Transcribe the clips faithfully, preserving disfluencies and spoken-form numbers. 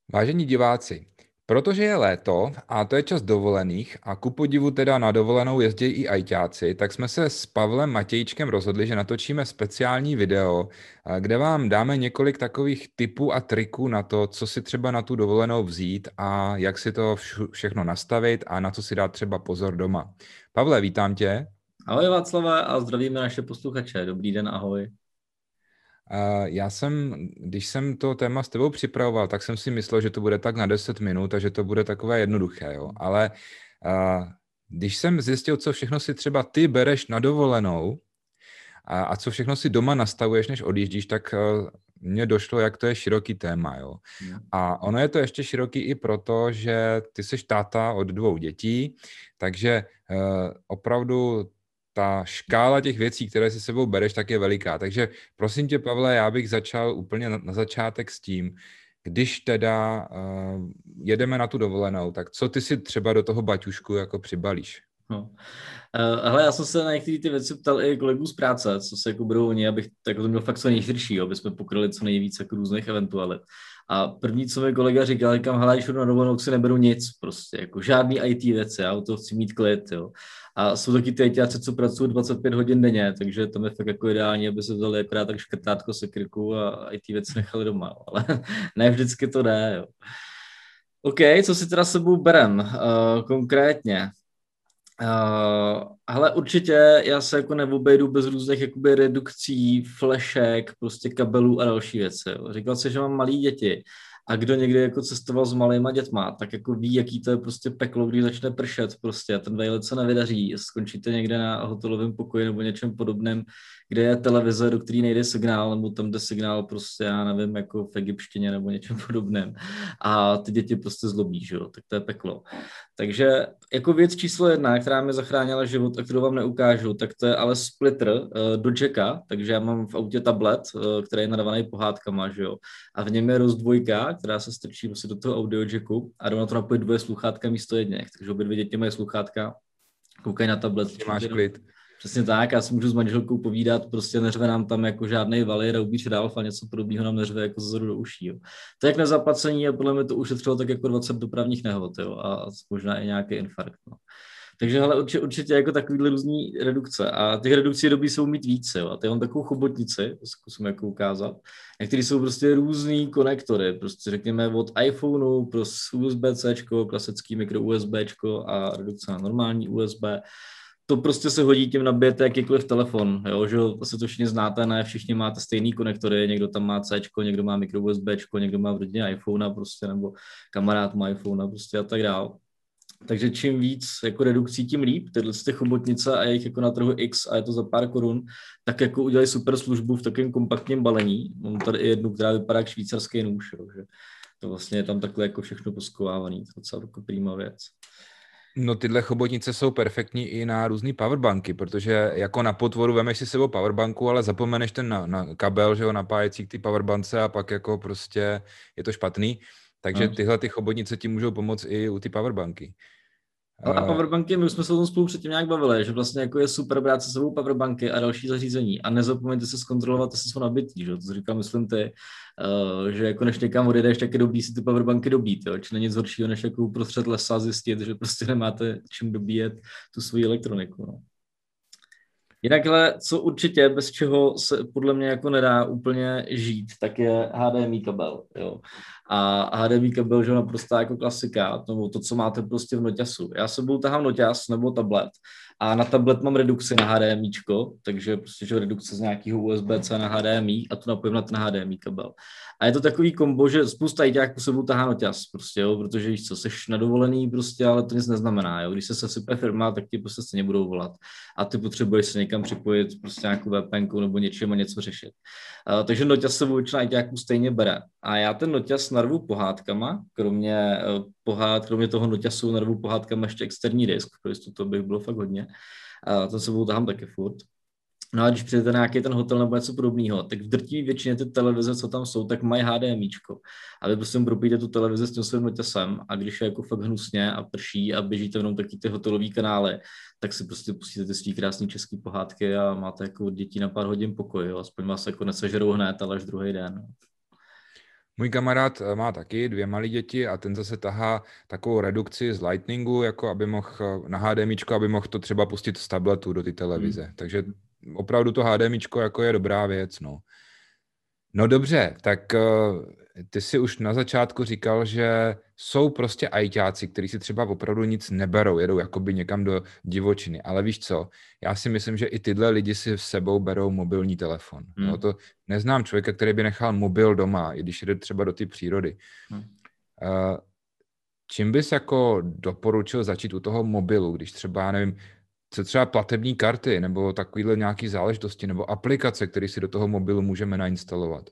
Vážení diváci, protože je léto a to je čas dovolených a ku podivu teda na dovolenou jezdí i ajťáci, tak jsme se s Pavlem Matějčkem rozhodli, že natočíme speciální video, a kde vám dáme několik takových tipů a triků na to, co si třeba na tu dovolenou vzít a jak si to vš- všechno nastavit a na co si dát třeba pozor doma. Pavle, vítám tě. Ahoj Václave a zdravíme naše posluchače. Dobrý den, ahoj. A já jsem, když jsem to téma s tebou připravoval, tak jsem si myslel, že to bude tak na deset minut a že to bude takové jednoduché, jo. Ale a, když jsem zjistil, co všechno si třeba ty bereš na dovolenou a, a co všechno si doma nastavuješ, než odjíždíš, tak a, mně došlo, jak to je široký téma, jo. A ono je to ještě široký i proto, že ty jsi táta od dvou dětí, takže uh, opravdu ta škála těch věcí, které si sebou bereš, tak je veliká. Takže prosím tě, Pavle, já bych začal úplně na, na začátek s tím, když teda uh, jedeme na tu dovolenou, tak co ty si třeba do toho baťušku jako přibalíš? No. Uh, hele, já jsem se na některé ty věci ptal i kolegů z práce, co se jako budou oni, abych jako to měl fakt co nejširší, jo, aby jsme pokryli co nejvíc jako různých eventualit. A první, co mi kolega říkal, říkám, hele, když jdu na dovolenou, si neberu nic, prostě, jako žádný í té věci, já u toho chci mít klid, jo. A jsou taky ty ajťáci, co pracují dvacet pět hodin denně, takže to je fakt jako ideální, aby se vzali akorát tak škrtátko, sekirku a í té věci nechali doma, jo. Ale ne vždycky to jde, jo. OK, co si teda s sebou berem uh, konkrétně? Uh, ale určitě já se jako neobejdu bez různých jakoby redukcí, flešek, prostě kabelů a další věci. Jo. Říkal jsi, že mám malý děti a kdo někdy jako cestoval s malýma dětma, tak jako ví, jaký to je prostě peklo, když začne pršet prostě a ten vejlet se nevydaří, skončíte někde na hotelovém pokoji nebo něčem podobném, kde je televize, do který nejde signál, nebo tam jde signál prostě, já nevím, jako v egyptštině nebo něčem podobném a ty děti prostě zlobí, že jo, tak to je peklo. Takže jako věc číslo jedna, která mi zachránila život a kterou vám neukážu, tak to je ale splitter uh, do jacka, takže já mám v autě tablet, uh, který je nadavaný pohádkama, že jo, a v něm je rozdvojka, která se strčí vlastně do toho audio jacku a jde na to napojit dvoje sluchátka místo jedněch, takže obě dvě děti mají sluchátka, koukají na tablet. Ty máš klid. Přesně tak, já si můžu s manželkou povídat, prostě neřve nám tam jako žádnej valy, Raubíř Ralf a něco podobného nám neřve jako zezadu do uší. Jo. To jak nezaplacení a podle mě to ušetřilo tak jako dvacet dopravních nehod, jo, a možná i nějaký infarkt. No. Takže hele, určitě, určitě jako takovýhle různý redukce a těch redukcí doby jsou mít více, jo. A tady mám takovou chobotnici, to zkusím jako ukázat, na který jsou prostě různý konektory, prostě řekněme od iPhoneu pro U S B-C, klasický mikro USBčko a redukce na normální U S B. To prostě se hodí, tím nabijete jakýkoliv telefon, jo, že asi to všichni znáte, ne všichni máte stejný konektory, někdo tam má C, někdo má mikro USBčko, někdo má v rodině iPhone prostě, nebo kamarád má iPhone prostě a tak dál. Takže čím víc jako redukcí, tím líp. Tyhle ty chobotnice a jejich jako na trhu X a je to za pár korun, tak jako udělají super službu v takovém kompaktním balení. Mám tady i jednu, která vypadá jak švýcarský nůž, jo, že to vlastně je tam takhle jako všechno poskovávaný. To je docela jako prima věc. No tyhle chobotnice jsou perfektní i na různý powerbanky, protože jako na potvoru vemeš si sebou powerbanku, ale zapomeneš ten na, na kabel, že ho napájecí k ty powerbance a pak jako prostě je to špatný. Takže No. tyhle ty chobotnice ti můžou pomoct i u ty powerbanky. Ale a Uh, powerbanky, my už jsme se o tom spolu předtím nějak bavili, že vlastně jako je super brát se sebou powerbanky a další zařízení a nezapomeňte se zkontrolovat, jestli jsou nabitý, že? To říkám, myslím ty, uh, že jako než někam odjedeš, tak je dobrý si ty powerbanky dobít, jo? Či není nic horšího, než jako uprostřed lesa zjistit, že prostě nemáte čím dobíjet tu svoji elektroniku, no. Jinak, ale co určitě, bez čeho se podle mě jako nedá úplně žít, tak je H D M I kabel, jo. A H D M I kabel, že je naprostá jako klasika, nebo to, co máte prostě v noťasu. Já sebou tahám noťas nebo tablet a na tablet mám redukci na HDMIčko, takže prostě že redukce z nějakého U S B-C na H D M I a to napojím na ten H D M I kabel. A je to takový kombo, že spousta ajťáků sebou tahá noťas, prostě, jo, protože víš co, seš na dovolený prostě, ale to nic neznamená, jo. Když se sesype firma, tak ti prostě stejně budou volat a ty potřebuješ se někam připojit prostě nějakou V P N nebo něčím a něco řešit. Uh, takže noťas se většina ajťáků stejně bere. A já ten noťas narvu pohádkama, kromě, uh, pohád, kromě toho noťasu narvu pohádkama ještě externí disk, pro jistotu bych bylo fakt hodně. Uh, ten sebou tahám taky furt. No a když přijete na nějaký ten hotel nebo něco podobného, tak v drtivé většině ty televize, co tam jsou, tak mají HDMIčko. A vy prostě propíte tu televizi s tím svým noťasem a když je jako fakt hnusně a prší a běžíte jenom taky ty hotelové kanály, tak si prostě pustíte ty svý krásný český pohádky a máte jako dětí na pár hodin pokoj, jo. Aspoň vás jako nesežerou hned, ale až druhý den. Můj kamarád má taky dvě malé děti a ten zase tahá takovou redukci z Lightningu, jako aby mohl na HDMIčko, aby mohl to třeba pustit z tabletu do ty televize. Hmm. Takže opravdu to HDMIčko jako je dobrá věc, no. No dobře, tak ty si už na začátku říkal, že jsou prostě ajťáci, kteří si třeba opravdu nic neberou, jedou jakoby někam do divočiny, ale víš co, já si myslím, že i tyhle lidi si v sebou berou mobilní telefon. Hmm. No to neznám člověka, který by nechal mobil doma, i když jde třeba do té přírody. Hmm. Čím bys jako doporučil začít u toho mobilu, když třeba, já nevím, co třeba platební karty, nebo takovýhle nějaký záležitosti, nebo aplikace, které si do toho mobilu můžeme nainstalovat?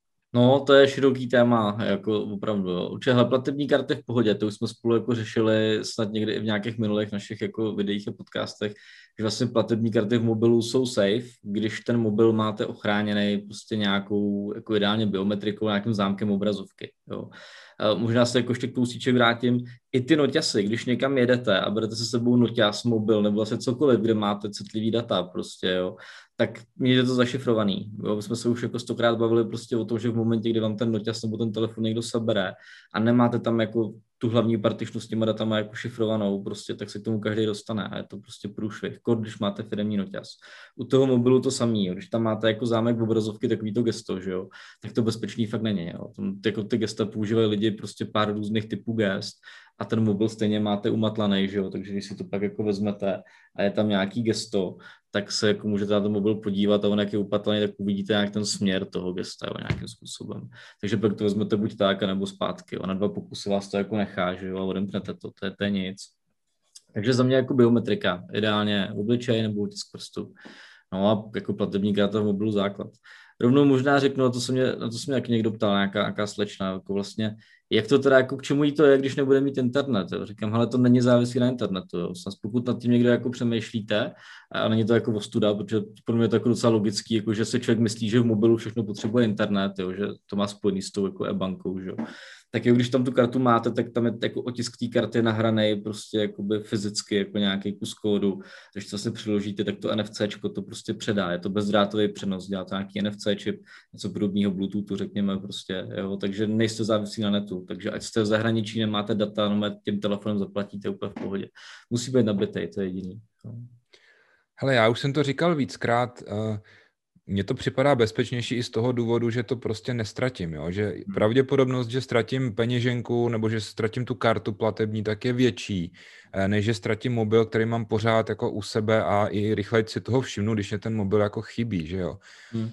No, to je široký téma, jako opravdu. Jo. Určitě platební karty v pohodě, to už jsme spolu jako řešili snad někdy i v nějakých minulých našich jako videích a podcastech, že vlastně platební karty v mobilu jsou safe, když ten mobil máte ochráněný prostě nějakou, jako ideálně biometrikou, nějakým zámkem obrazovky. Jo. Možná se jako ještě kousíček vrátím. I ty noťasy, když někam jedete a berete se sebou noťas, mobil nebo vlastně cokoliv, kde máte citlivý data prostě, jo, tak mějte to zašifrovaný. Jo. My jsme se už jako stokrát bavili prostě o tom, že v momentě, kdy vám ten noťas nebo ten telefon někdo sebere a nemáte tam jako tu hlavní partičnu s těma datama jako šifrovanou, prostě, tak se k tomu každý dostane a je to prostě průšvih, kor, když máte firemní noťas. U toho mobilu to samý, jo. Když tam máte jako zámek obrazovky, takový to gesto, že jo, tak to bezpečný fakt není. Jo. Tam, jako ty gesta používají lidi prostě pár různých typů gest a ten mobil stejně máte umatlaný, že jo, takže když si to pak jako vezmete a je tam nějaký gesto, tak se jako můžete na ten mobil podívat a on jak je upatlaný, tak uvidíte nějak ten směr toho gesta, jo, nějakým způsobem. Takže pak to vezmete buď tak, nebo zpátky, jo. Na dva pokusy vás to jako nechá, že jo, a odemknete to, to je, to je nic. Takže za mě jako biometrika, ideálně obličej nebo tisk prstu. No a jako platební karta v mobilu základ. Rovnou možná řeknu, na to se mě, na to se mě jak někdo ptal, nějaká, nějaká slečna, jako vlastně, jak to teda, jako k čemu jí to je, když nebude mít internet, jo? Říkám, hele, to není závislé na internetu, jo? Pokud nad tím někdo jako přemýšlíte, a není to jako ostuda, protože pro mě je to jako docela logický, jako že se člověk myslí, že v mobilu všechno potřebuje internet, jo? Že to má spojený s tou jako e-bankou, že jo. Tak jo, když tam tu kartu máte, tak tam je jako otisk té karty nahraný prostě jakoby fyzicky, jako nějaký kus kódu, takže co se přiložíte, tak to NFCčko to prostě předá, je to bezdrátový přenos, dělá to nějaký N F C čip, něco podobného Bluetoothu, řekněme prostě, jo, takže nejste závislí na netu, takže ať jste v zahraničí, nemáte data, no tím telefonem zaplatíte úplně v pohodě. Musí být nabitej, to je jediný. Jo. Hele, já už jsem to říkal víckrát, uh... mně to připadá bezpečnější i z toho důvodu, že to prostě nestratím, jo? Že pravděpodobnost, že ztratím peněženku nebo že ztratím tu kartu platební, tak je větší, než že ztratím mobil, který mám pořád jako u sebe a i rychleji si toho všimnu, když je ten mobil jako chybí, že jo. Hmm.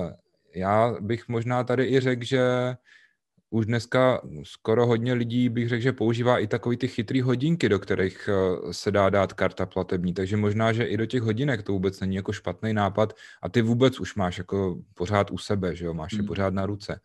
Já bych možná tady i řekl, že už dneska skoro hodně lidí bych řekl, že používá i takový ty chytrý hodinky, do kterých se dá dát karta platební, takže možná, že i do těch hodinek to vůbec není jako špatný nápad a ty vůbec už máš jako pořád u sebe, že jo, máš je pořád na ruce.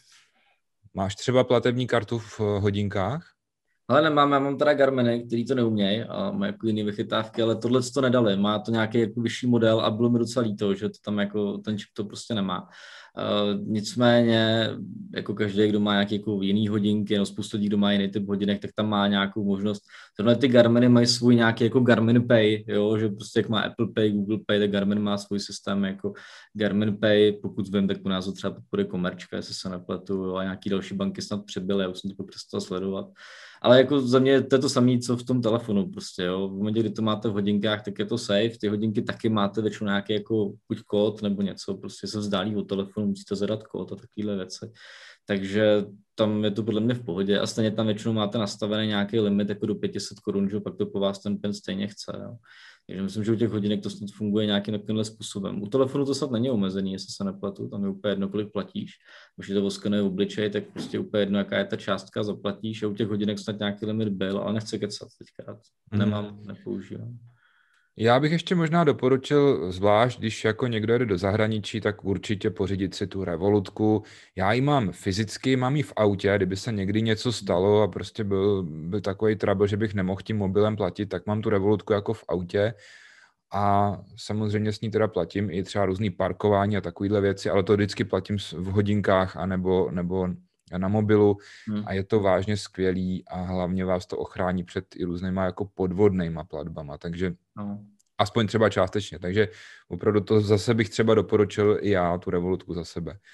Máš třeba platební kartu v hodinkách? Ale nemám, já mám teda Garminy, který to neumějí a má jako jiný vychytávky, ale tohle to nedali, má to nějaký jako vyšší model a bylo mi docela líto, že to tam jako ten čip to prostě nemá. Uh, nicméně, jako každý, kdo má nějaké jako jiný hodinky, no spousta lidí, kdo má jiný typ hodinek, tak tam má nějakou možnost. Zrovna ty Garminy mají svůj nějaký jako Garmin Pay, jo, že prostě jak má Apple Pay, Google Pay, tak Garmin má svůj systém jako Garmin Pay, pokud vím, tak u nás to třeba podporuje Komerčka, jestli se nepletu, jo, a nějaký další banky snad přibyly, já už jsem to přestal sledovat. Ale jako za mě to je to samé, co v tom telefonu prostě, jo. V momentě, kdy to máte v hodinkách, tak je to safe, ty hodinky taky máte většinou nějaký jako buď kód nebo něco, prostě se vzdálí od telefonu, musíte zadat kód a takovéhle věci. Takže tam je to podle mě v pohodě a stejně tam většinou máte nastavený nějaký limit jako do pět set korun, že pak to po vás ten pen stejně chce, jo. Takže myslím, že u těch hodinek to snad funguje nějakým takovýmhle způsobem. U telefonu to snad není omezený, jestli se nepletu, tam je úplně jedno, kolik platíš. Když to oskenuje obličej, tak prostě úplně jedno, jaká je ta částka, zaplatíš a u těch hodinek snad nějaký limit byl, ale nechci kecat teďka. Nemám, nepoužívám. Já bych ještě možná doporučil, zvlášť když jako někdo jde do zahraničí, tak určitě pořídit si tu Revolutku. Já ji mám fyzicky, mám ji v autě, kdyby se někdy něco stalo a prostě byl, byl takový trouble, že bych nemohl tím mobilem platit, tak mám tu Revolutku jako v autě a samozřejmě s ní teda platím i třeba různý parkování a takovýhle věci, ale to vždycky platím v hodinkách anebo, nebo na mobilu hmm. a je to vážně skvělý a hlavně vás to ochrání před i různýma jako podvodnýma platbama, takže no. Aspoň třeba částečně, takže opravdu to zase bych třeba doporučil i já, tu Revolutku za sebe.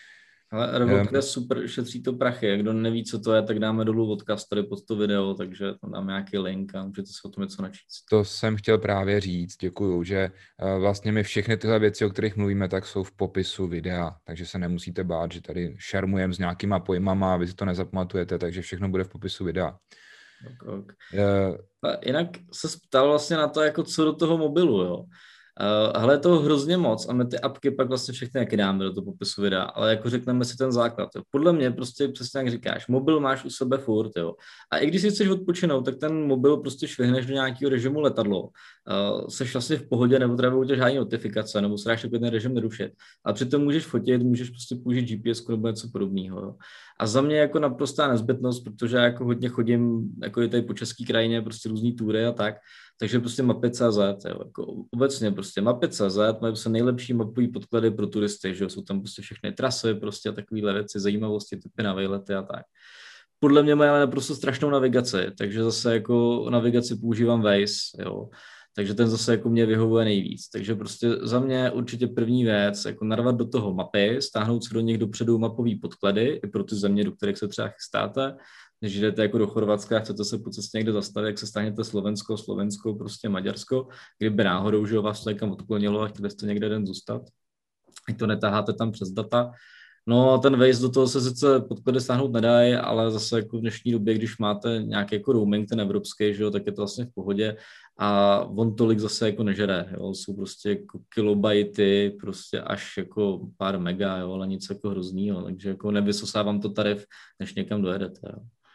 Ale Revolt je super, šetří to prachy. Kdo neví, co to je, tak dáme dolů odkaz tady pod to video, takže tam dáme nějaký link a můžete si o tom něco načíst. To jsem chtěl právě říct, děkuju, že vlastně my všechny tyhle věci, o kterých mluvíme, tak jsou v popisu videa, takže se nemusíte bát, že tady šermujeme s nějakýma pojmama, vy si to nezapamatujete, takže všechno bude v popisu videa. Ok, ok. Uh, Jinak se ptal vlastně na to, jako co do toho mobilu, jo. Uh, hele, je toho hrozně moc a my ty apky pak vlastně všechny jaký dáme do toho popisu videa, ale jako řekneme si ten základ. Jo. Podle mě prostě přesně jak říkáš, mobil máš u sebe furt, jo. A i když si chceš odpočinout, tak ten mobil prostě švihneš do nějakého režimu letadlo. Uh, seš vlastně v pohodě, nebo třeba uděláš žádný notifikace, nebo se dáš takový ten režim nerušit. A přitom můžeš fotit, můžeš prostě použít G P S nebo něco podobného. Jo. A za mě jako naprostá nezbytnost, protože já jako hodně chodím, jako je tady po české krajině, prostě různý túry a tak, takže prostě mapy tečka cé zet, jo, jako obecně prostě mapy tečka cé zet mají prostě nejlepší mapový podklady pro turisty, že jo, jsou tam prostě všechny trasy prostě a takovýhle věci, zajímavosti, typy na výlety a tak. Podle mě mají ale naprosto strašnou navigaci, takže zase jako navigaci používám Waze, jo, takže ten zase jako mě vyhovuje nejvíc. Takže prostě za mě určitě první věc, jako narvat do toho mapy, stáhnout si do nich dopředu mapový podklady i pro ty země, do kterých se třeba chystáte, než jdete jako do Chorvatska, chcete se po cestě někde zastavit, jak se stáhněte Slovensko, Slovensko, prostě Maďarsko, kdyby náhodou, že vás to někam odklonilo a chtěli jste někde den zůstat, ať to netáháte tam přes data. No a ten Waze do toho se sice podklady stáhnout nedají, ale zase jako v dnešní době, když máte nějaký jako roaming, ten evropský, že jo, tak je to vlastně v pohodě a on tolik zase jako nežere, jo, jsou prostě jako kilobajty, prostě až jako pár mega, jo, ale nic jako hroznýho, takže jako nevysosá vám to tarif, než někam dojedete, jo.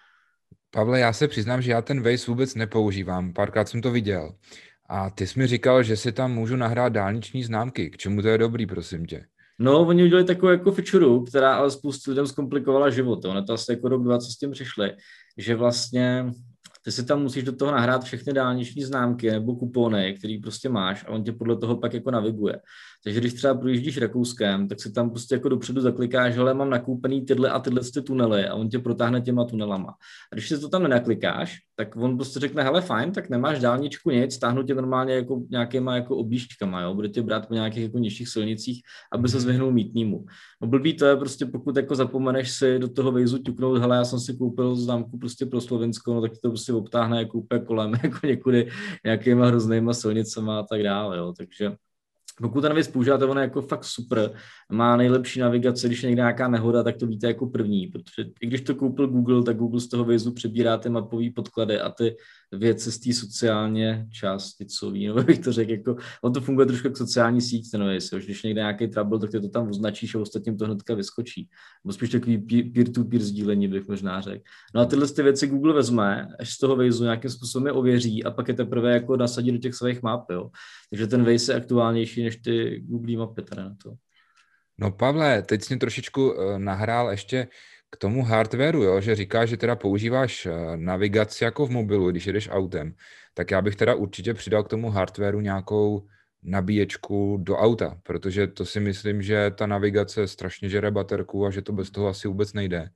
Pavle, já se přiznám, že já ten Waze vůbec nepoužívám, párkrát jsem to viděl. A ty jsi mi říkal, že si tam můžu nahrát dálniční známky. K čemu to je dobrý, prosím tě? No, oni udělali takovou jako feature, která ale spoustu lidem zkomplikovala život. Ono to asi jako rok, dva, co s tím přišli, že vlastně ty si tam musíš do toho nahrát všechny dálniční známky nebo kupony, který prostě máš a on tě podle toho pak jako naviguje. Takže když třeba projíždíš Rakouskem, tak si tam prostě jako dopředu zaklikáš, že mám nakoupený tyhle a tyhle ty tunely a on tě protáhne těma tunelama. A když si to tam nenaklikáš, tak on prostě řekne, hele fajn, tak nemáš dálničku nic, stáhnu tě normálně jako nějakýma jako objížďkama, jo, bude tě brát po nějakých jako nižších silnicích, aby se zvyhnul mítnímu. No blbý to je prostě, pokud jako zapomeneš si do toho Vejzu ťuknout, hele, já jsem si koupil známku prostě pro Slovensko, no tak to prostě obtáhne jako úplně kolem, jako někudy nějakýma hroznýma silnicema a tak dále, jo, takže pokud ten Waze používáte, on je jako fakt super, má nejlepší navigaci, když je někde nějaká nehoda, tak to víte jako první, protože i když to koupil Google, tak Google z toho Wazeu přebírá ty mapový podklady a ty věci z té sociálně částicový, nebo bych to řekl, jako, on to funguje trošku jako sociální síť, ten Waze, když někde nějaký trouble, tak ty to tam označíš a ostatním to hnedka vyskočí. Nebo spíš takový peer-to-peer sdílení bych možná řekl. No a tyhle ty věci Google vezme, až z toho Wazeu nějakým způsobem je ověří a pak je teprve jako nasadí do těch svých map, jo. Takže ten Waze je aktuálnější než ty Google mapy tady na to. No Pavle, teď jsi mě trošičku uh, nahrál ještě k tomu hardwareu, jo, že říkáš, že teda používáš uh, navigaci jako v mobilu, když jedeš autem, tak já bych teda určitě přidal k tomu hardwareu nějakou nabíječku do auta, protože to si myslím, že ta navigace strašně žere baterku a že to bez toho asi vůbec nejde.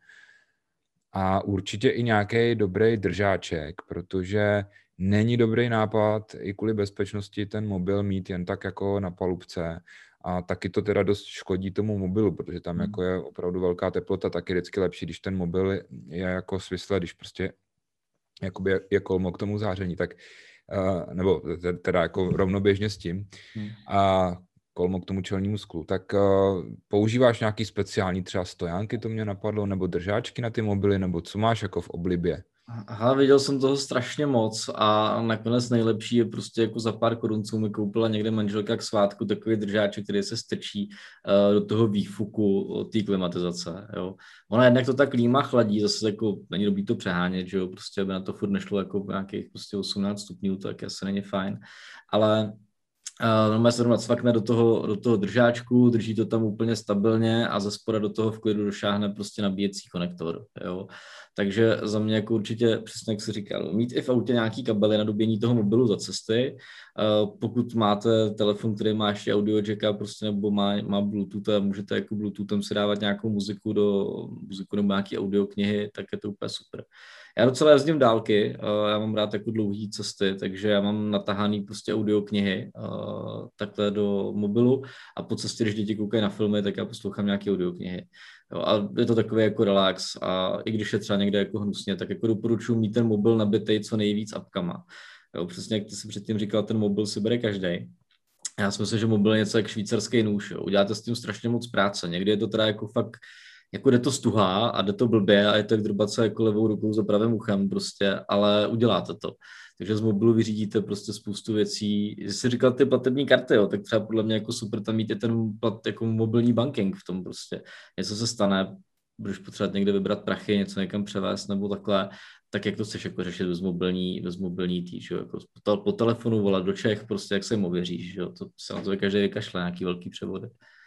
A určitě i nějaký dobrý držáček, protože není dobrý nápad i kvůli bezpečnosti ten mobil mít jen tak jako na palubce. A taky to teda dost škodí tomu mobilu, protože tam jako je opravdu velká teplota, tak je vždycky lepší, když ten mobil je jako svislé, když prostě jakoby je, je kolmo k tomu záření, tak uh, nebo teda jako rovnoběžně s tím a kolmo k tomu čelnímu sklu, tak uh, používáš nějaký speciální třeba stojánky, to mě napadlo, nebo držáčky na ty mobily, nebo co máš jako v oblibě? Aha, viděl jsem toho strašně moc a nakonec nejlepší je prostě jako za pár korunců mi koupila někde manželka k svátku takový držáček, který se strčí uh, do toho výfuku té klimatizace, jo. Ona jednak to tak klíma chladí, zase jako není dobrý to přehánět, že jo, prostě aby na to furt nešlo jako nějakých prostě osmnáct stupňů, tak asi není fajn, ale Uh, no, se cvakne do toho, do toho držáčku, drží to tam úplně stabilně a ze spoda do toho v klidu došáhne prostě nabíjecí konektor, jo. Takže za mě jako určitě, přesně jak jsi říkal, mít i v autě nějaký kabely na dobíjení toho mobilu za cesty. Uh, pokud máte telefon, který má ještě audio jacka prostě, nebo má, má Bluetooth a můžete jako Bluetoothem si dávat nějakou muziku do muziku nebo nějaký audio knihy, tak je to úplně super. Já docela jezdím dálky, já mám rád jako dlouhý cesty, takže já mám natahaný prostě audioknihy takhle do mobilu a po cestě, když děti koukají na filmy, tak já poslouchám nějaké audioknihy. Jo, a je to takový jako relax a i když je třeba někde jako hnusně, tak jako doporučuji mít ten mobil nabitej co nejvíc apkama. Jo, přesně jak ty jsi předtím říkal, ten mobil si bere každý. Já si myslím, že mobil je něco jak švýcarský nůž. Jo. Uděláte s tím strašně moc práce. Někdy je to teda jako fakt, jako jde to stuhá a jde to blbě a je to jak drbat se jako levou rukou za pravým uchem prostě, ale uděláte to. Takže z mobilu vyřídíte prostě spoustu věcí. Když jsi říkal ty platební karty, jo, tak třeba podle mě jako super tam mít je ten plat, jako mobilní banking v tom prostě. Něco se stane, budeš potřebovat někde vybrat prachy, něco někam převést nebo takhle, tak jak to chceš jako řešit bez mobilní, bez mobilní tý, že jo, jako po, po telefonu volat do Čech, prostě jak se jim ověříš, že jo, to se na to každý vykašle, nějaký velký převody.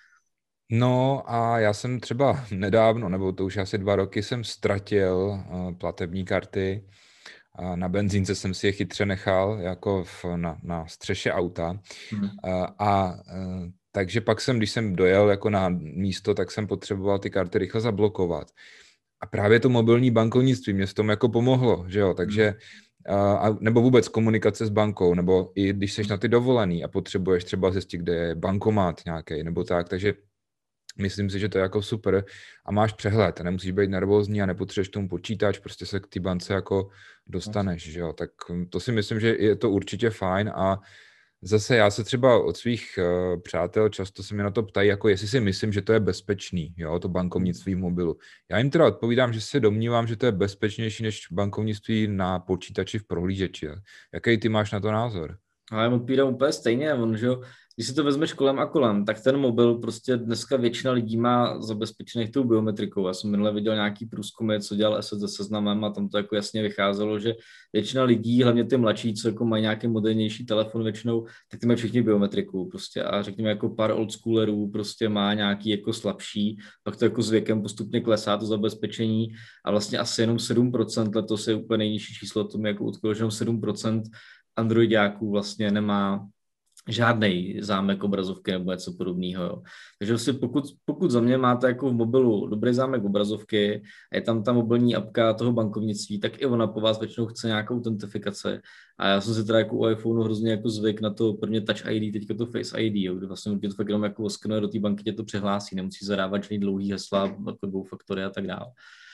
No a já jsem třeba nedávno, nebo to už asi dva roky, jsem ztratil uh, platební karty. Uh, na benzínce jsem si je chytře nechal, jako v, na, na střeše auta. Hmm. Uh, a uh, takže pak jsem, když jsem dojel jako na místo, tak jsem potřeboval ty karty rychle zablokovat. A právě to mobilní bankovnictví mě s tom jako pomohlo, že jo, takže a, nebo vůbec komunikace s bankou, nebo i když jsi na ty dovolený a potřebuješ třeba zjistit, kde je bankomat nějaký, nebo tak, takže myslím si, že to je jako super a máš přehled, nemusíš být nervózní a nepotřebuješ tomu počítač, prostě se k té bance jako dostaneš, že jo, tak to si myslím, že je to určitě fajn a zase já se třeba od svých uh, přátel často se mi na to ptají, jako jestli si myslím, že to je bezpečný, jo, to bankovnictví v mobilu. Já jim teda odpovídám, že se domnívám, že to je bezpečnější než bankovnictví na počítači v prohlížeči. Jaký ty máš na to názor? Ale já mu odpovídám úplně stejně, on, že jo, když si to vezmeš kolem a kolem, tak ten mobil prostě dneska většina lidí má zabezpečených tou biometrikou. Já jsem minule viděl nějaký průzkumy, co dělal es se seznamem a tam to jako jasně vycházelo, že většina lidí, hlavně ty mladší, co jako mají nějaký modernější telefon většinou, tak ty mají všichni biometriku prostě a řekněme jako pár oldschoolerů prostě má nějaký jako slabší, pak to jako s věkem postupně klesá to zabezpečení a vlastně asi jenom sedm procent, letos je úplně nejnižší číslo, to mi jako utkolo, že jenom sedm procent androidáků vlastně nemá žádnej zámek obrazovky nebo něco podobného. Jo. Takže vlastně pokud, pokud za mě máte jako v mobilu dobrý zámek obrazovky a je tam ta mobilní apka toho bankovnictví, tak i ona po vás většinou chce nějakou autentifikaci. A já jsem si teda jako u iPhoneu hrozně jako zvyk na to prvně Touch I D, teďka to Face I D, jo, kde vlastně to fakt jenom jako oskenuje do té banky, tě to přihlásí, nemusí zadávat žádný dlouhý hesla, jako dvou faktory a tak dále.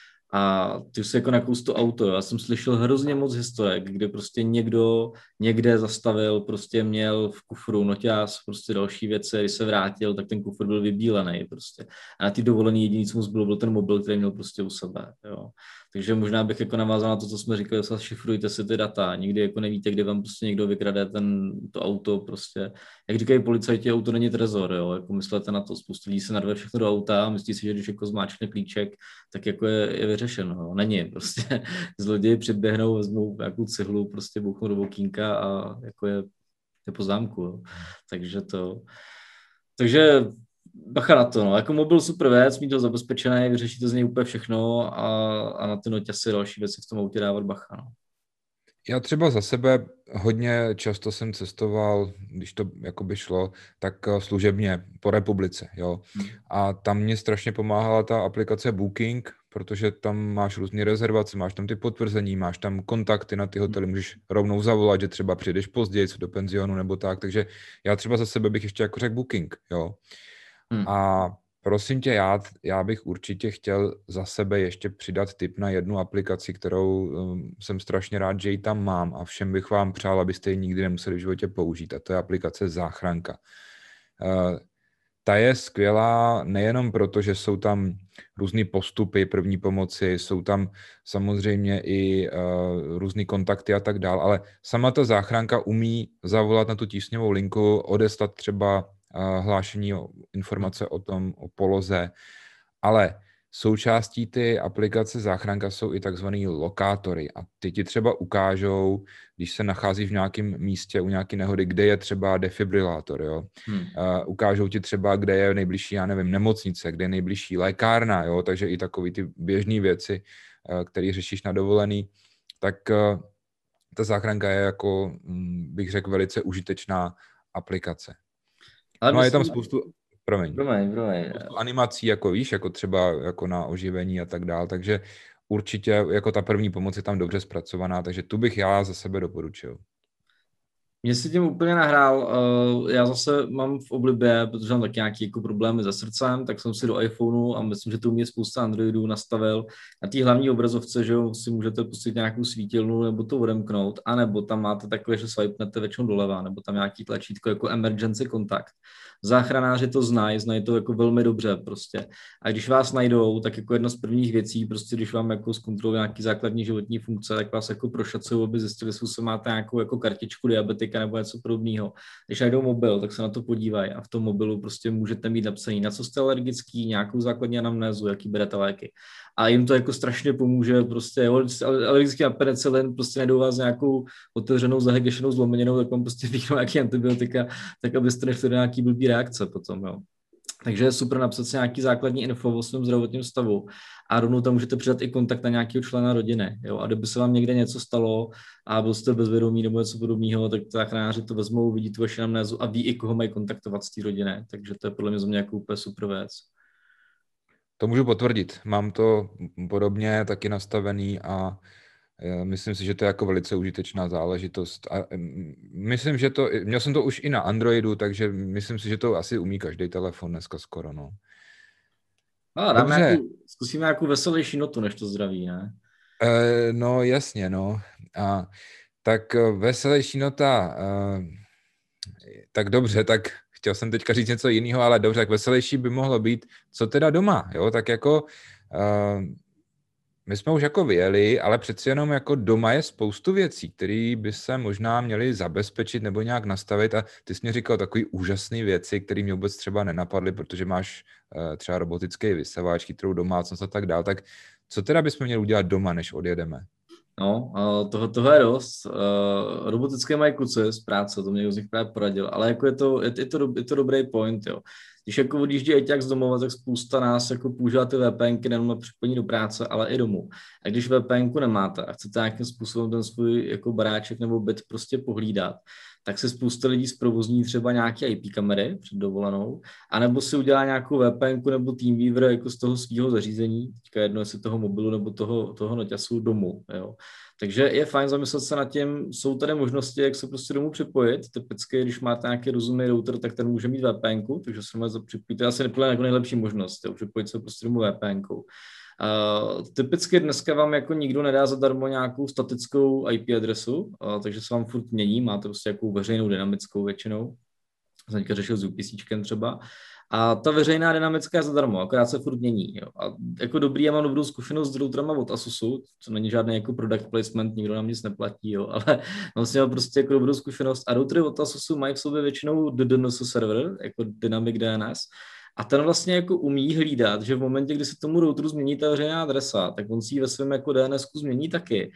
A ty jsi jako nakous to auto. Já jsem slyšel hrozně moc historek, kde prostě někdo někde zastavil, prostě měl v kufru noťaz, prostě další věci, když se vrátil, tak ten kufr byl vybílený prostě. A na ty dovolený jediný, co mu zbylo, byl ten mobil, který měl prostě u sebe, jo. Takže možná bych jako navázal na to, co jsme říkali, že šifrujte si ty data, nikdy jako nevíte, kdy vám prostě někdo vykrade ten, to auto prostě. Jak říkají policajti, auto není trezor, jo, jako myslete na to, spoustu lidí se narve všechno do auta a myslí si, že když jako zmáčkne klíček, tak jako je, je vyřešeno, jo. Není, prostě zloději přiběhnou, vezmou nějakou cihlu, prostě bouchnou do okýnka a jako je, je po zámku, jo. Takže to, takže bacha na to, no. Jako mobil super věc, mít to zabezpečené, vyřešíte z něj úplně všechno a, a na ty noťasy další věci v tom autě dávat bacha, no. Já třeba za sebe hodně často jsem cestoval, když to jakoby šlo, tak služebně po republice, jo. A tam mě strašně pomáhala ta aplikace Booking, protože tam máš různé rezervace, máš tam ty potvrzení, máš tam kontakty na ty hotely, můžeš rovnou zavolat, že třeba přijdeš později do penzionu nebo tak, takže já třeba za sebe bych ještě jako řekl Booking, jo. Hmm. A prosím tě, já, já bych určitě chtěl za sebe ještě přidat tip na jednu aplikaci, kterou um, jsem strašně rád, že ji tam mám a všem bych vám přál, abyste ji nikdy nemuseli v životě použít, a to je aplikace Záchranka. Uh, ta je skvělá nejenom proto, že jsou tam různý postupy první pomoci, jsou tam samozřejmě i uh, různý kontakty a tak dál, ale sama ta záchranka umí zavolat na tu tísňovou linku, odeslat třeba hlášení o informace o tom, o poloze, ale součástí ty aplikace Záchranka jsou i takzvaný lokátory a ty ti třeba ukážou, když se nacházíš v nějakém místě u nějaké nehody, kde je třeba defibrilátor, jo. Hmm. Uh, ukážou ti třeba, kde je nejbližší, já nevím, nemocnice, kde je nejbližší lékárna, jo, takže i takové ty běžné věci, uh, které řešíš na dovolený, tak uh, ta Záchranka je jako, bych řekl, velice užitečná aplikace. Ale no myslím, je tam spoustu, promiň, promiň, promiň. spoustu animací, jako víš, jako třeba jako na oživení a tak dál, takže určitě jako ta první pomoc je tam dobře zpracovaná, takže tu bych já za sebe doporučil. Mě si tím úplně nahrál, já zase mám v oblibě, protože mám taky nějaké jako problémy se srdcem, tak jsem si do iPhoneu a myslím, že to umí spousta Androidů nastavil na té hlavní obrazovce, že jo, si můžete pustit nějakou svítilnu nebo to odemknout, anebo tam máte takové, že swipenete většinou doleva, nebo tam nějaký tlačítko jako emergency kontakt. Záchranáři to znají, znají to jako velmi dobře prostě. A když vás najdou, tak jako jedna z prvních věcí, prostě když vám jako zkontrolují nějaký základní životní funkce, tak vás jako prošacují, aby zjistili, jestli máte nějakou jako kartičku diabetika nebo něco podobného. Když najdou mobil, tak se na to podívají a v tom mobilu prostě můžete mít napsaný, na co jste alergický, nějakou základní anamnézu, jaký berete léky. A jim to jako strašně pomůže, prostě jo, alergický na penicilin, prostě najdou vás nějakou otevřenou, zahegešenou, zlomeninou, tak vám prostě píchnou nějaký antibiotika, tak abyste nešli do nějaký blbý reakce potom, jo. Takže je super napsat si nějaký základní info o svém zdravotním stavu a rovnou tam můžete přidat i kontakt na nějakého člena rodiny. Jo? A kdyby se vám někde něco stalo a byl jste bezvědomí nebo něco podobného, tak záchranáři to vezmou, vidí tu vaši anamnézu a ví i koho mají kontaktovat z té rodiny. Takže to je podle mě za mě jako úplně super věc. To můžu potvrdit. Mám to podobně taky nastavený a myslím si, že to je jako velice užitečná záležitost. A myslím, že to, měl jsem to už i na Androidu, takže myslím si, že to asi umí každý telefon dneska skoro, no. A dáme nějakou, zkusíme nějakou veselější notu, než to zdraví, ne? E, no jasně, no. A, tak veselější nota, e, tak dobře, tak chtěl jsem teďka říct něco jiného, ale dobře, tak veselější by mohlo být, co teda doma, jo, tak jako e, my jsme už jako vyjeli, ale přeci jenom jako doma je spoustu věcí, které by se možná měly zabezpečit nebo nějak nastavit a ty jsi mi říkal takový úžasné věci, které mě vůbec třeba nenapadly, protože máš uh, třeba robotický vysavač, chytrou domácnost a tak dál, tak co teda bychom měli udělat doma, než odjedeme? No, toho, toho je dost. Uh, robotické mají kluci z práce, to mě z nich právě poradil, ale jako je to, je, je, to, je to dobrý point, jo. Když jako odjíždí ajťák z domova, tak spousta nás jako používá ty VPNky nejen na připojení do práce, ale i domů. A když VPNku nemáte a chcete nějakým způsobem ten svůj jako baráček nebo byt prostě pohlídat, tak se spousta lidí zprovozní třeba nějaké í pé kamery před dovolenou, anebo si udělá nějakou VPNku nebo TeamViewer jako z toho svého zařízení, teďka jedno jestli toho mobilu nebo toho, toho noťasu domů. Jo. Takže je fajn zamyslet se nad tím, jsou tady možnosti, jak se prostě domů připojit. Typicky, když máte nějaký rozumný router, tak ten může mít VPNku, takže se může připojit. To je asi jako nejlepší možnost, jo, připojit se prostě domů VPNkou. Uh, typicky dneska vám jako nikdo nedá zadarmo nějakou statickou í pé adresu, uh, takže se vám furt mění, máte prostě nějakou veřejnou dynamickou většinou. Jsem teďka řešil s UPCčkem třeba. A ta veřejná dynamická je zadarmo, akorát se furt mění. Jo. A jako dobrý, já mám dobrou zkušenost s routerama od Asusu, co není žádný jako product placement, nikdo nám nic neplatí, jo, ale vlastně mám prostě jako dobrou zkušenost. A routery od Asusu mají v sobě většinou D N S server, jako Dynamic D N S, a ten vlastně jako umí hlídat, že v momentě, kdy se tomu routeru změní ta veřejná adresa, tak on si ji ve svém jako D N S ku změní taky.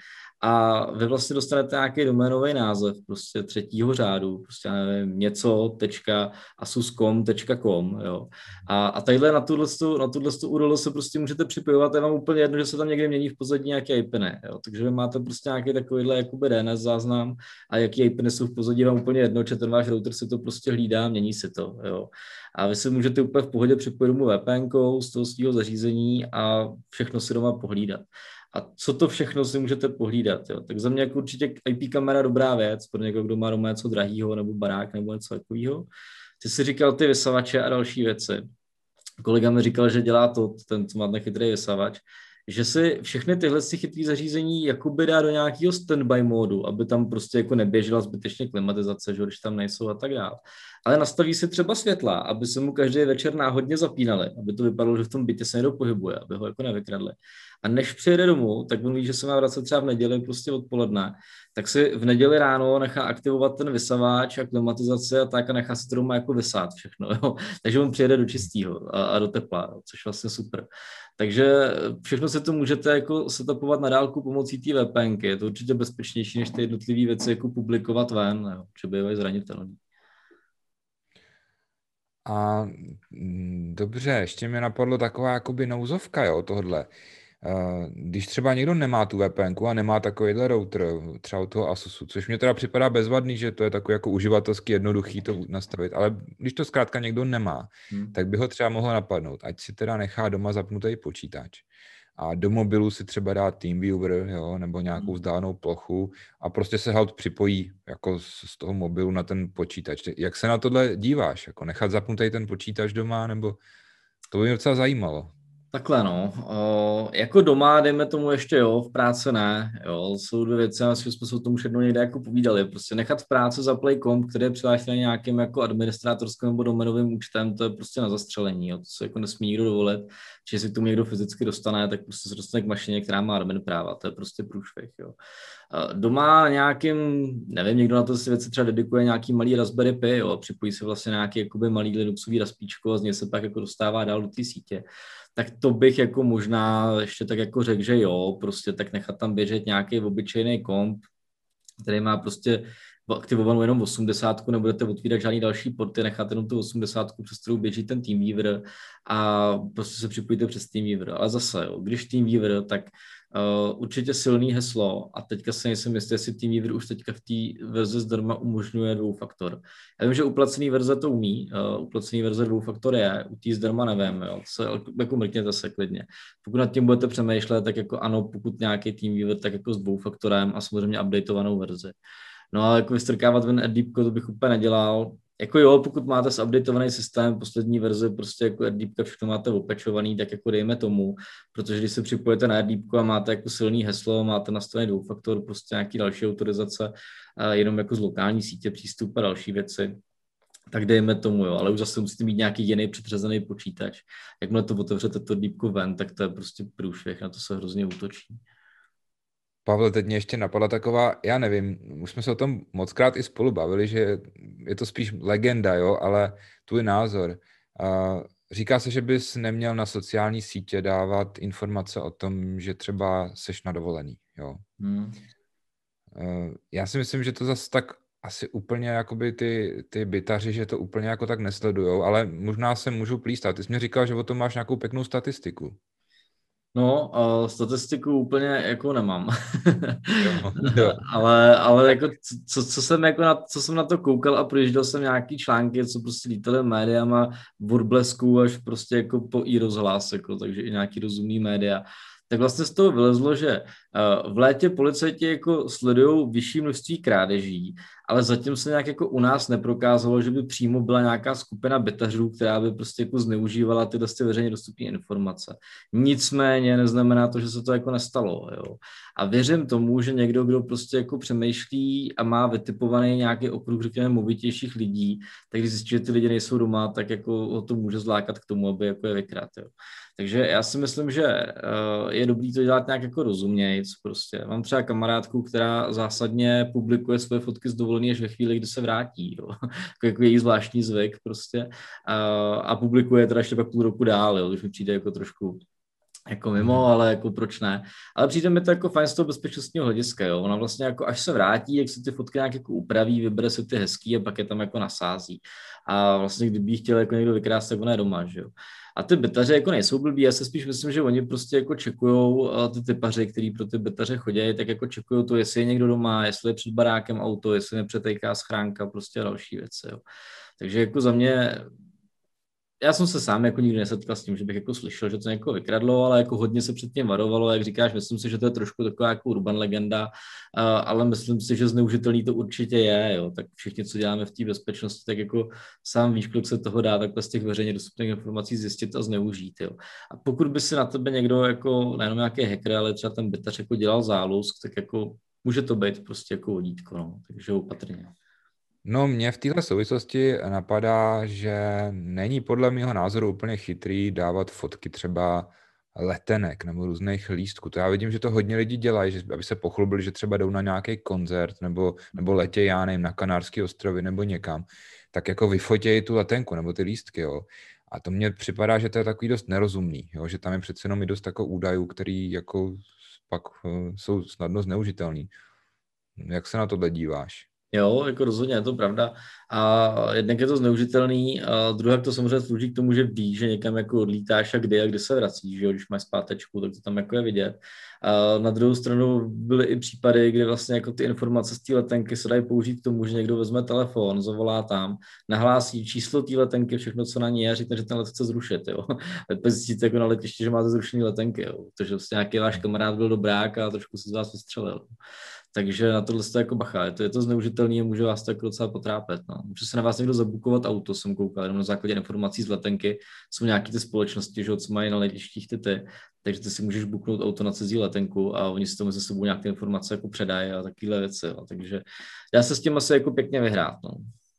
A vy vlastně dostanete nějaký doménový název prostě třetího řádu, prostě nevím, něco tečka asus tečka com tečka com, jo. A, a tadyhle na tuhle na tuhle U R L se prostě můžete připojovat, je vám úplně jedno, že se tam někde mění v pozadí nějaké í pé, jo. Takže vy máte prostě nějaký takovýhle jakoby D N S záznam a jaký í pé jsou v pozadí, vám úplně jedno, že ten váš router si to prostě hlídá, mění si to, jo. A vy si můžete úplně v pohodě připojit domů VPNkou z toho svého zařízení a všechno si doma pohlídat. A co to všechno si můžete pohlídat, jo? Tak za mě jako určitě í pé kamera dobrá věc, pro někoho, kdo má doma něco drahýho, nebo barák, nebo něco takového. Ty jsi říkal ty vysavače a další věci. Kolega mi říkal, že dělá to, ten, co má ten chytrý vysavač, že si všechny tyhle chytré zařízení jakoby dá do nějakého standby módu, aby tam prostě jako neběžela zbytečně klimatizace, že když tam nejsou a tak dále. Ale nastaví si třeba světla, aby se mu každý večer náhodně zapínali, aby to vypadalo, že v tom bytě se někdo pohybuje, aby ho jako nevykradli. A než přijede domů, tak on ví, že se má vracet třeba v neděli prostě odpoledne, tak si v neděli ráno nechá aktivovat ten vysavač a klimatizaci a tak a nechá si to doma jako vysát všechno. Jo? Takže on přijede do čistého a, a do tepla, jo? Což vlastně super. Takže všechno se to můžete jako setupovat na dálku pomocí té VPNky. Je to určitě bezpečnější, než ty jednotlivé věci jako publikovat ven, jo? Že bývají zranitelný. A dobře, ještě mě napadlo taková jakoby nouzovka, jo, tohle. Když třeba někdo nemá tu VPNku a nemá takovýhle router, třeba od toho Asusu, což mě teda připadá bezvadný, že to je takový jako uživatelsky jednoduchý to nastavit, ale když to zkrátka někdo nemá, hmm. tak by ho třeba mohlo napadnout, ať si teda nechá doma zapnutý počítač a do mobilu si třeba dát TeamViewer, jo, nebo nějakou vzdálenou plochu a prostě se halt připojí jako z, z toho mobilu na ten počítač. Jak se na tohle díváš? Jako nechat zapnutý ten počítač doma, nebo to by mě docela zajímalo. Takhle no, o, jako doma, dejme tomu ještě jo, v práci ne, jo, jsou dvě věci, a jsme se o tom už jednou někde jako povídali, prostě nechat v práci zaplay komp, který je přihlášený nějakým jako administrátorským nebo domenovým účtem, to je prostě na zastřelení, jo, to se jako nesmí nikdo dovolit, že si k tomu někdo fyzicky dostane, tak prostě se dostane k mašině, která má admin práva, to je prostě průšvih, jo. Doma nějakým, nevím, někdo na to si věci třeba dedikuje nějaký malý Raspberry Pi, jo, připojí se vlastně nějaký jakoby malý Linuxový raspíčko a z něj se pak jako dostává dál do té sítě. Tak to bych jako možná ještě tak jako řekl, že jo, prostě tak nechat tam běžet nějaký obyčejný komp, který má prostě aktivovanou jenom osmdesátku, nebudete otvírat žádný další porty, necháte jenom tu osmdesátku, přes kterou běží ten TeamViewer a prostě se připojíte přes TeamViewer. Ale zase, jo, když TeamViewer, tak uh, určitě silný heslo a teďka se nejsem jistý, jestli TeamViewer už teďka v té verzi zdarma umožňuje dvoufaktor. Já vím, že uplacený verze to umí, uh, uplacený verze dvoufaktor je, u té zdarma nevím, jo, se, jako mrkněte se klidně. Pokud nad tím budete přemýšlet, tak jako ano, pokud nějaký TeamViewer, tak jako s dvoufaktorem a samozřejmě updateovanou verzi. No ale jako vystrkávat ven AirDeepko, to bych úplně nedělal. Jako jo, pokud máte zupdateovaný systém, poslední verze, prostě jako AirDeepka, všechno máte opečovaný, tak jako dejme tomu, protože když se připojete na AirDeepko a máte jako silný heslo, máte nastavený dvoufaktor, prostě nějaký další autorizace, jenom jako z lokální sítě přístup a další věci, tak dejme tomu, jo, ale už zase musíte mít nějaký jiný předřazený počítač. Jakmile to otevřete to AirDeepko ven, tak to je prostě průšvih, na to se hrozně útočí. Pavel, teď mě ještě napadla taková, já nevím, už jsme se o tom mockrát i spolu bavili, že je to spíš legenda, jo, ale tvůj názor. Říká se, že bys neměl na sociální sítě dávat informace o tom, že třeba seš na dovolený, jo. Hmm. Já si myslím, že to zase tak asi úplně jakoby ty, ty bytaři, že to úplně jako tak nesledujou, ale možná se můžu plíst. A ty jsi mi říkal, že o tom máš nějakou pěknou statistiku. No, uh, statistiku úplně jako nemám. jo, jo. ale, ale jako co, co, jsem jako na, co jsem na to koukal a projížděl jsem nějaký články, co prostě lítaly médiama v blesku až prostě jako po i rozhlas, jako, takže i nějaký rozumný média. Tak vlastně z toho vylezlo, že uh, v létě policajti jako sledují vyšší množství krádeží, ale zatím se nějak jako u nás neprokázalo, že by přímo byla nějaká skupina betařů, která by prostě jako zneužívala tyhle veřejně dostupné informace. Nicméně neznamená to, že se to jako nestalo. Jo. A věřím tomu, že někdo, kdo prostě jako přemýšlí a má vytipovaný nějaký okruh, řekněme, movitějších lidí, tak když zjistí, že ty lidi nejsou doma, tak jako ho to může zlákat k tomu, aby jako je vykrát. Jo. Takže já si myslím, že uh, je dobrý to dělat nějak jako rozumějc prostě. Mám třeba kamarádku, která zásadně publikuje svoje fotky z dovolený až ve chvíli, kdy se vrátí. Jo. jako její zvláštní zvyk prostě. Uh, a publikuje teda ještě pak půl roku dál, jo, když mi přijde jako trošku jako mimo, ale jako proč ne. Ale přijde mi to jako fajn z toho bezpečnostního hlediska, jo. Ona vlastně jako až se vrátí, jak se ty fotky nějak jako upraví, vybere se ty hezký a pak je tam jako nasází. A vlastně kdyby jí chtěl jako někdo vykrást, tak ona je doma, že jo. A ty betaři jako nejsou blbí, já se spíš myslím, že oni prostě jako čekujou ty typaři, který pro ty betaře chodí, tak jako čekujou to, jestli je někdo doma, jestli je před barákem auto, jestli nepřetejká schránka, prostě a další věci, jo. Takže jako za mě, já jsem se sám jako nikdy nesetkal s tím, že bych jako slyšel, že to někoho vykradlo, ale jako hodně se předtím varovalo, jak říkáš, myslím si, že to je trošku taková jako urban legenda, ale myslím si, že zneužitelný to určitě je, jo. Tak všichni, co děláme v té bezpečnosti, tak jako sám víš, kolik se toho dá takhle z těch veřejně dostupných informací zjistit a zneužít, jo. A pokud by si na tebe někdo jako, nejenom nějaký hacker, ale třeba ten betař jako dělal zálusk, tak jako může to být prostě jako vodítko, no. Takže opatrně. No, mě v téhle souvislosti napadá, že není podle mého názoru úplně chytrý dávat fotky třeba letenek nebo různých lístků. To já vidím, že to hodně lidí dělají, že, aby se pochlubili, že třeba jdou na nějaký koncert nebo, nebo letějí, já nevím, na Kanárské ostrovy nebo někam, tak jako vyfotějí tu letenku nebo ty lístky, jo. A to mně připadá, že to je takový dost nerozumný, jo, že tam je přece jenom i dost jako údajů, který jako pak uh, jsou snadno zneužitelný. Jak se na tohle díváš? Jo, jako rozhodně je to pravda. A jednak je to zneužitelný, a druhá to samozřejmě slouží k tomu, že víš, že někam jako odlítáš a kdy a kdy se vracíš, že jo, když máš zpátečku, tak to tam jako je vidět. A na druhou stranu byly i případy, kdy vlastně jako ty informace z té letenky se dají použít k tomu, že někdo vezme telefon, zavolá tam, nahlásí číslo té letenky, všechno, co na ní je, a řekne, že ten let chce zrušit, jo. A pak zjistíte jako na letišti, že máte zrušený letenky, jo. Takže vlastně nějaký váš kamarád byl dobrák a trošku se z vás vystřelil. Takže na tohle jste jako bacha, je to, je to zneužitelný a může vás to jako docela potrápit. No. Může se na vás někdo zabukovat auto, jsem koukal, jenom na základě informací z letenky. Jsou nějaké ty společnosti, že, co mají na letištích ty ty, takže ty si můžeš buknout auto na cizí letenku a oni si to mezi sebou nějaké informace jako předají a takovéhle věci. Jo. Takže dá se s tím asi jako pěkně vyhrát. No.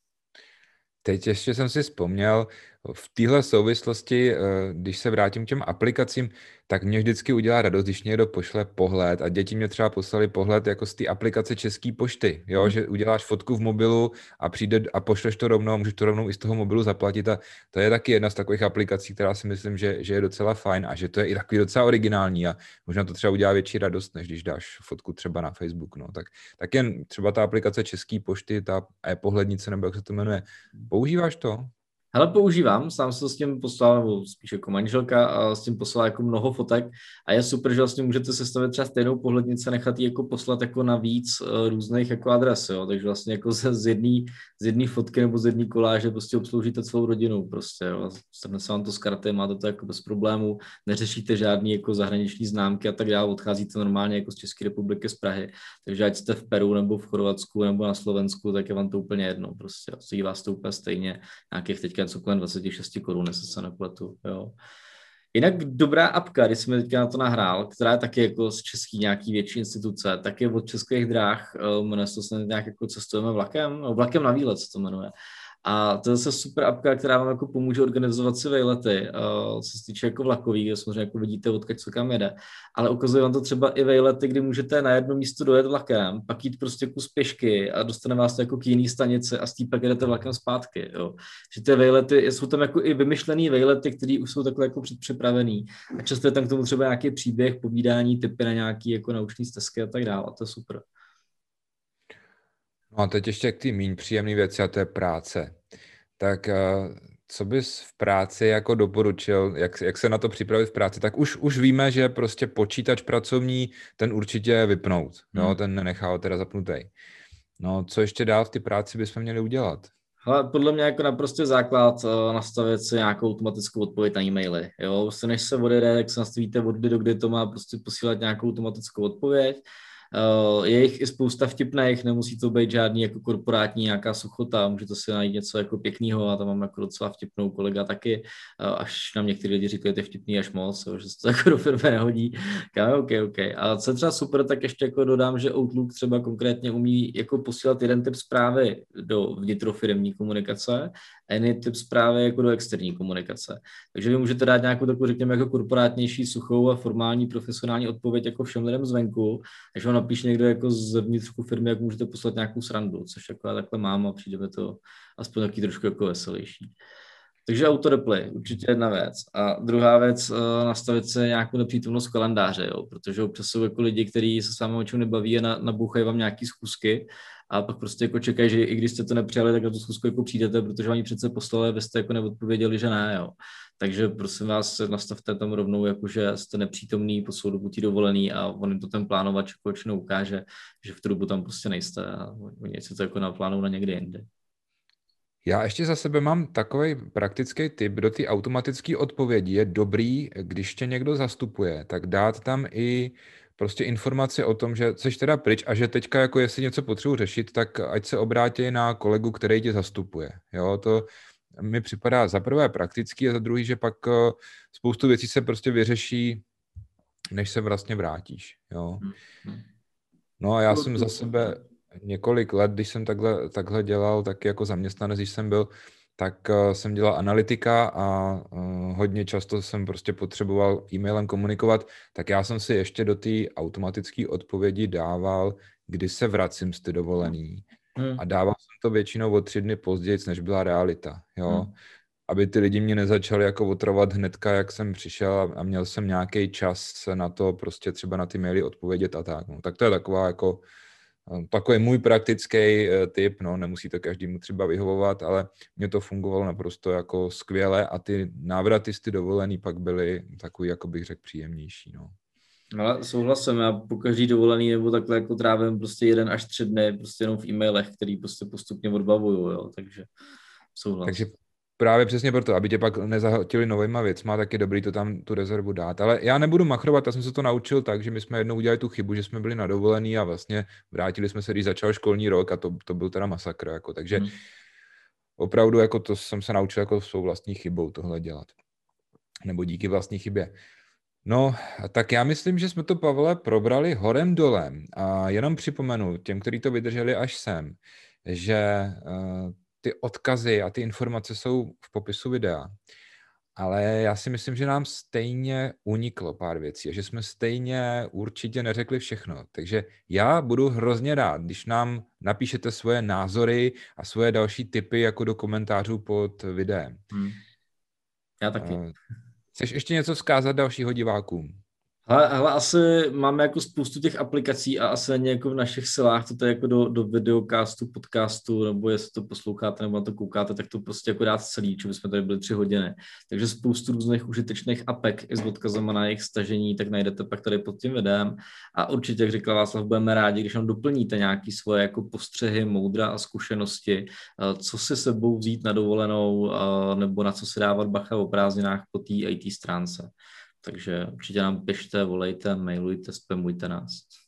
Teď ještě jsem si vzpomněl, v téhle souvislosti, když se vrátím k těm aplikacím, tak mě vždycky udělá radost, když někdo pošle pohled a děti mě třeba poslali pohled jako z té aplikace České pošty, jo, hmm. že uděláš fotku v mobilu a přijde a pošleš to rovnou, můžeš to rovnou i z toho mobilu zaplatit a to je taky jedna z takových aplikací, která si myslím, že, že je docela fajn a že to je i takový docela originální a možná to třeba udělá větší radost, než když dáš fotku třeba na Facebook, no, tak, tak jen třeba ta aplikace České pošty, ta e-pohlednice, nebo jak se to jmenuje, používáš to? Hele, používám, sám se s tím poslal, nebo spíš jako manželka, a s tím poslala jako mnoho fotek a je super, že vlastně můžete sestavit třeba stejnou pohlednici, nechat ji jako poslat jako na víc uh, různých jako adres, jo, takže vlastně jako z, z jedné z jedné fotky nebo z jedné koláže prostě obsloužíte celou rodinu prostě, jo, strhne se vám to z karty, máte to jako bez problémů, neřešíte žádný jako zahraniční známky a tak dále, odcházíte normálně jako z České republiky, z Prahy, takže ať jste v Peru nebo v Chorvatsku nebo na Slovensku, tak je vám to úplně jedno, prostě, stojí vás to úplně stejně, nějakých teďka co kolem dvacet šest korun, jestli se nepletu, jo. Jinak dobrá apka, když jsme teďka na to nahrál, která je taky jako z český nějaký větší instituce, tak je od Českých drah, jmenuje se to nějak jako cestujeme vlakem, no, vlakem na výlet se to jmenuje. A to je zase super apka, která vám jako pomůže organizovat si vejlety, uh, co se týče jako vlakový, kde samozřejmě jako vidíte, odkud co kam jede. Ale ukazuje vám to třeba i vejlety, kdy můžete na jedno místo dojet vlakem, pak jít prostě kus pěšky a dostane vás to jako k jiný stanici a z té pak jedete vlakem zpátky. Jo. Že ty vejlety, jsou tam jako i vymyšlený vejlety, které už jsou takhle jako předpřipravený. A často je tam k tomu třeba nějaký příběh, povídání, tipy na nějaký jako naučný stezky a tak dále. A to je super. No a teď ještě k té míň příjemné věci, a to je práce. Tak co bys v práci jako doporučil, jak, jak se na to připravit v práci, tak už, už víme, že prostě počítač pracovní, ten určitě vypnout, hmm. no, ten nenechá ho teda zapnutý. No, co ještě dál v té práci bychom měli udělat? Ale podle mě jako naprosto základ uh, nastavit si nějakou automatickou odpověď na e-maily. Jo? Prostě než se odjede, tak se nastavíte od kdy do kdy to má prostě posílat nějakou automatickou odpověď. Uh, je jich i spousta vtipných, nemusí to být žádný jako korporátní nějaká suchota, můžete si najít něco jako pěkného a tam mám jako docela vtipnou kolega taky, uh, až nám některý lidi říkají, že je vtipný až moc, jo, že se to jako do firmy nehodí. Káme, OK, OK. A co je třeba super, tak ještě jako dodám, že Outlook třeba konkrétně umí jako posílat jeden typ zprávy do vnitrofiremní komunikace a jiný typ zprávy jako do externí komunikace. Takže vy můžete dát nějakou takovou, řekněme, jako korporátnější, suchou a formální profesionální odpověď jako všem lidem zvenku, takže vám napíše někdo jako z vnitřku firmy, jak můžete poslat nějakou srandu, což jako já takhle mám a přijde mi to aspoň taky trošku jako veselější. Takže autoreply, určitě jedna věc. A druhá věc, nastavit se nějakou nepřítomnost v kalendáře, jo, protože občas jsou jako lidi, kteří se s vámi o čem nebaví a na, nabouchají vám nějaký schůzky a pak prostě jako čekají, že i když jste to nepřijali, tak na tu schůzku jako přijdete, protože vám ji přece poslali, vy jste jako neodpověděli, že ne, jo. Takže prosím vás, nastavte tam rovnou, jako že jste nepřítomný po svou dobu dovolený a on jim to ten plánovač jako většinou ukáže, že v tu dobu tam prostě nejste a oni si to jako naplánují na někdy jinde. Já ještě za sebe mám takový praktický tip do té automatické odpovědi. Je dobrý, když tě někdo zastupuje, tak dát tam i prostě informace o tom, že jsi teda pryč a že teďka jako jestli něco potřebuji řešit, tak ať se obrátí na kolegu, který tě zastupuje. Jo, to mi připadá za prvé praktický a za druhý, že pak spoustu věcí se prostě vyřeší, než se vlastně vrátíš. Jo. No a já jsem za sebe několik let, když jsem takhle, takhle dělal, tak jako zaměstnanec, když jsem byl, tak uh, jsem dělal analytika a uh, hodně často jsem prostě potřeboval e-mailem komunikovat, tak já jsem si ještě do té automatické odpovědi dával, kdy se vracím z ty dovolený. Hmm. A dával jsem to většinou o tři dny později, než byla realita. Jo? Hmm. Aby ty lidi mě nezačali jako otravovat hnedka, jak jsem přišel a měl jsem nějaký čas na to prostě třeba na ty maily odpovědět a tak. No, tak to je taková jako Takový můj praktický tip, no, nemusí to každému třeba vyhovovat, ale mně to fungovalo naprosto jako skvěle a ty návraty z ty dovolený pak byly takový, jako bych řekl, příjemnější, no. Ale souhlasím, já po každý dovolený nebo takhle jako trávím prostě jeden až tři dny prostě jenom v e-mailech, který prostě postupně odbavuju, jo, takže souhlas. Takže právě přesně proto, aby tě pak nezahltili novýma věcma, tak je dobrý to tam tu rezervu dát. Ale já nebudu machrovat, já jsem se to naučil tak, že my jsme jednou udělali tu chybu, že jsme byli na dovolený a vlastně vrátili jsme se, když začal školní rok a to, to byl teda masakr, jako, takže hmm. opravdu jako to jsem se naučil jako svou vlastní chybou tohle dělat. Nebo díky vlastní chybě. No, tak já myslím, že jsme to, Pavle, probrali horem dolem a jenom připomenu těm, kteří to vydrželi až sem, že uh, ty odkazy a ty informace jsou v popisu videa, ale já si myslím, že nám stejně uniklo pár věcí a že jsme stejně určitě neřekli všechno, takže já budu hrozně rád, když nám napíšete svoje názory a svoje další tipy jako do komentářů pod videem. Hmm. Já taky. Uh, Chceš ještě něco vzkázat dalšího divákům? Hele, hele, asi máme jako spoustu těch aplikací a asi není jako v našich silách to jako do, do videocastu, podcastu, nebo jestli to posloucháte nebo na to koukáte, tak to prostě jako dát celý, čo bychom tady byli tři hodiny. Takže spoustu různých užitečných apek i s odkazama na jejich stažení, tak najdete pak tady pod tím videem. A určitě, jak řekla Václav, budeme rádi, když nám doplníte nějaké svoje jako postřehy, moudra a zkušenosti, co si sebou vzít na dovolenou, nebo na co si dávat bacha o prázdninách po té í té stránce. Takže určitě nám pište, volejte, mailujte, spamujte nás.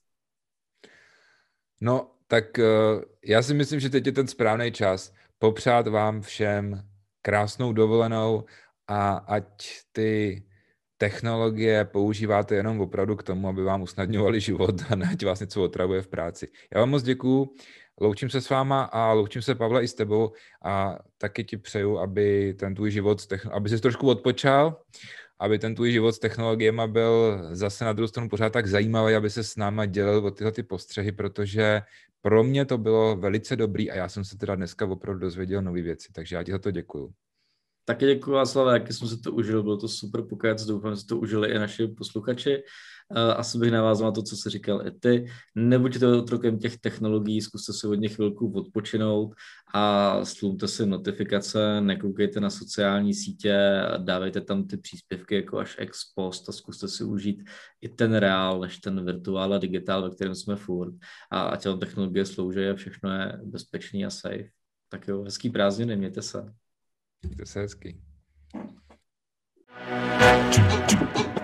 No, tak uh, já si myslím, že teď je ten správný čas popřát vám všem krásnou dovolenou a ať ty technologie používáte jenom opravdu k tomu, aby vám usnadňovali život a ne ať vás něco otravuje v práci. Já vám moc děkuju, loučím se s váma a loučím se, Pavle, i s tebou a taky ti přeju, aby ten tvůj život, aby jsi trošku odpočal, aby ten tvůj život s technologiemi byl zase na druhou stranu pořád tak zajímavý, aby se s náma dělil o tyhle ty postřehy, protože pro mě to bylo velice dobrý a já jsem se teda dneska opravdu dozvěděl nové věci, takže já ti za to děkuju. Taky děkuji, Václav, jak jsem si to užil, bylo to super pokec, doufám, že si to užili i naši posluchači. Asi bych navázal na to, co jsi říkal i ty. Nebuďte otrokem těch technologií, zkuste si od nich chvilku odpočinout a slumte si notifikace, nekoukejte na sociální sítě, dávejte tam ty příspěvky jako až ex post a zkuste si užít i ten reál, než ten virtuál a digitál, ve kterém jsme furt. A ať vám technologie slouží a všechno je bezpečný a safe. Tak jo, hezký prázdniny, mějte se. Mějte se hezky.